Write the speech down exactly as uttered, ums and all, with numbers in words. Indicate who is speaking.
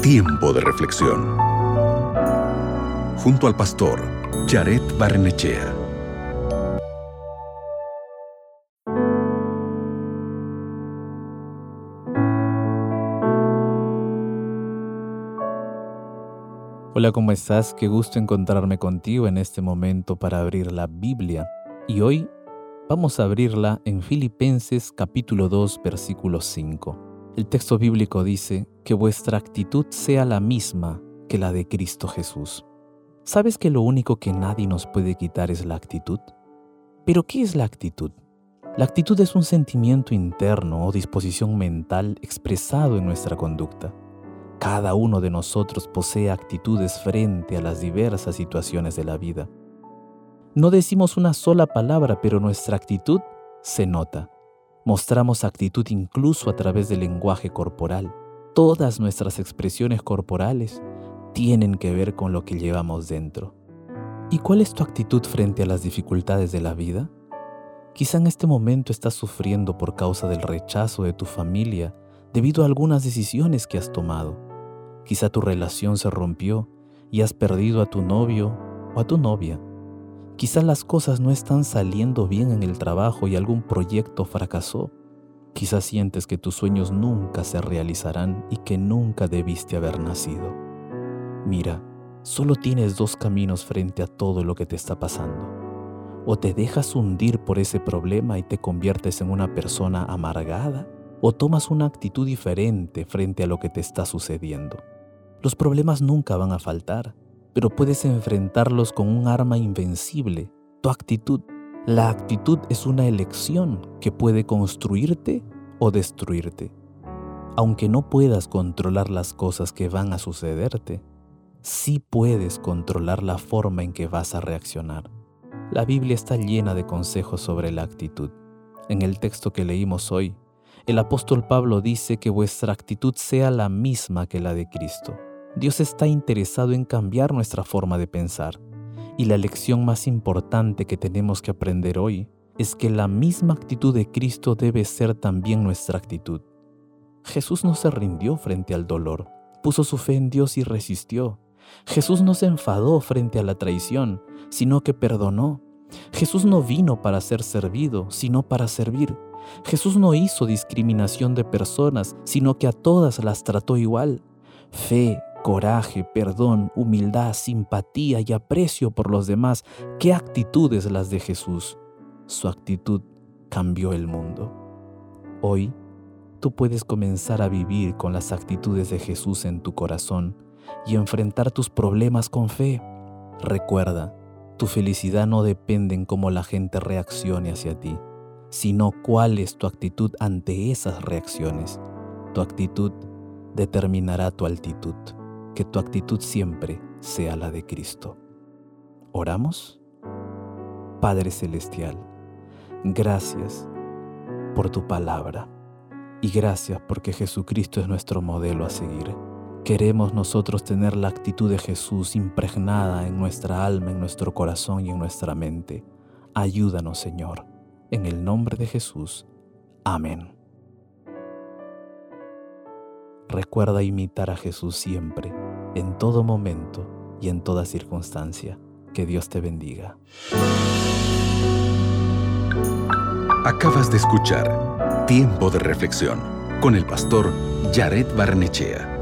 Speaker 1: Tiempo de reflexión. Junto al pastor Jared Barrenechea.
Speaker 2: Hola, ¿cómo estás? Qué gusto encontrarme contigo en este momento para abrir la Biblia. Y hoy vamos a abrirla en Filipenses capítulo dos, versículo cinco. El texto bíblico dice que vuestra actitud sea la misma que la de Cristo Jesús. ¿Sabes que lo único que nadie nos puede quitar es la actitud? ¿Pero qué es la actitud? La actitud es un sentimiento interno o disposición mental expresado en nuestra conducta. Cada uno de nosotros posee actitudes frente a las diversas situaciones de la vida. No decimos una sola palabra, pero nuestra actitud se nota. Mostramos actitud incluso a través del lenguaje corporal. Todas nuestras expresiones corporales tienen que ver con lo que llevamos dentro. ¿Y cuál es tu actitud frente a las dificultades de la vida? Quizá en este momento estás sufriendo por causa del rechazo de tu familia debido a algunas decisiones que has tomado. Quizá tu relación se rompió y has perdido a tu novio o a tu novia. Quizá las cosas no están saliendo bien en el trabajo y algún proyecto fracasó. Quizá sientes que tus sueños nunca se realizarán y que nunca debiste haber nacido. Mira, solo tienes dos caminos frente a todo lo que te está pasando. O te dejas hundir por ese problema y te conviertes en una persona amargada, o tomas una actitud diferente frente a lo que te está sucediendo. Los problemas nunca van a faltar, pero puedes enfrentarlos con un arma invencible, tu actitud. La actitud es una elección que puede construirte o destruirte. Aunque no puedas controlar las cosas que van a sucederte, sí puedes controlar la forma en que vas a reaccionar. La Biblia está llena de consejos sobre la actitud. En el texto que leímos hoy, el apóstol Pablo dice que vuestra actitud sea la misma que la de Cristo. Dios está interesado en cambiar nuestra forma de pensar. Y la lección más importante que tenemos que aprender hoy es que la misma actitud de Cristo debe ser también nuestra actitud. Jesús no se rindió frente al dolor, puso su fe en Dios y resistió. Jesús no se enfadó frente a la traición, sino que perdonó. Jesús no vino para ser servido, sino para servir. Jesús no hizo discriminación de personas, sino que a todas las trató igual. Fe, coraje, perdón, humildad, simpatía y aprecio por los demás. ¿Qué actitudes las de Jesús? Su actitud cambió el mundo. Hoy, tú puedes comenzar a vivir con las actitudes de Jesús en tu corazón y enfrentar tus problemas con fe. Recuerda, tu felicidad no depende en cómo la gente reaccione hacia ti, sino cuál es tu actitud ante esas reacciones. Tu actitud determinará tu altitud. Que tu actitud siempre sea la de Cristo. ¿Oramos? Padre Celestial, gracias por tu palabra y gracias porque Jesucristo es nuestro modelo a seguir. Queremos nosotros tener la actitud de Jesús impregnada en nuestra alma, en nuestro corazón y en nuestra mente. Ayúdanos, Señor, en el nombre de Jesús. Amén. Recuerda imitar a Jesús siempre, en todo momento y en toda circunstancia. Que Dios te bendiga.
Speaker 1: Acabas de escuchar Tiempo de Reflexión con el pastor Jared Barrenechea.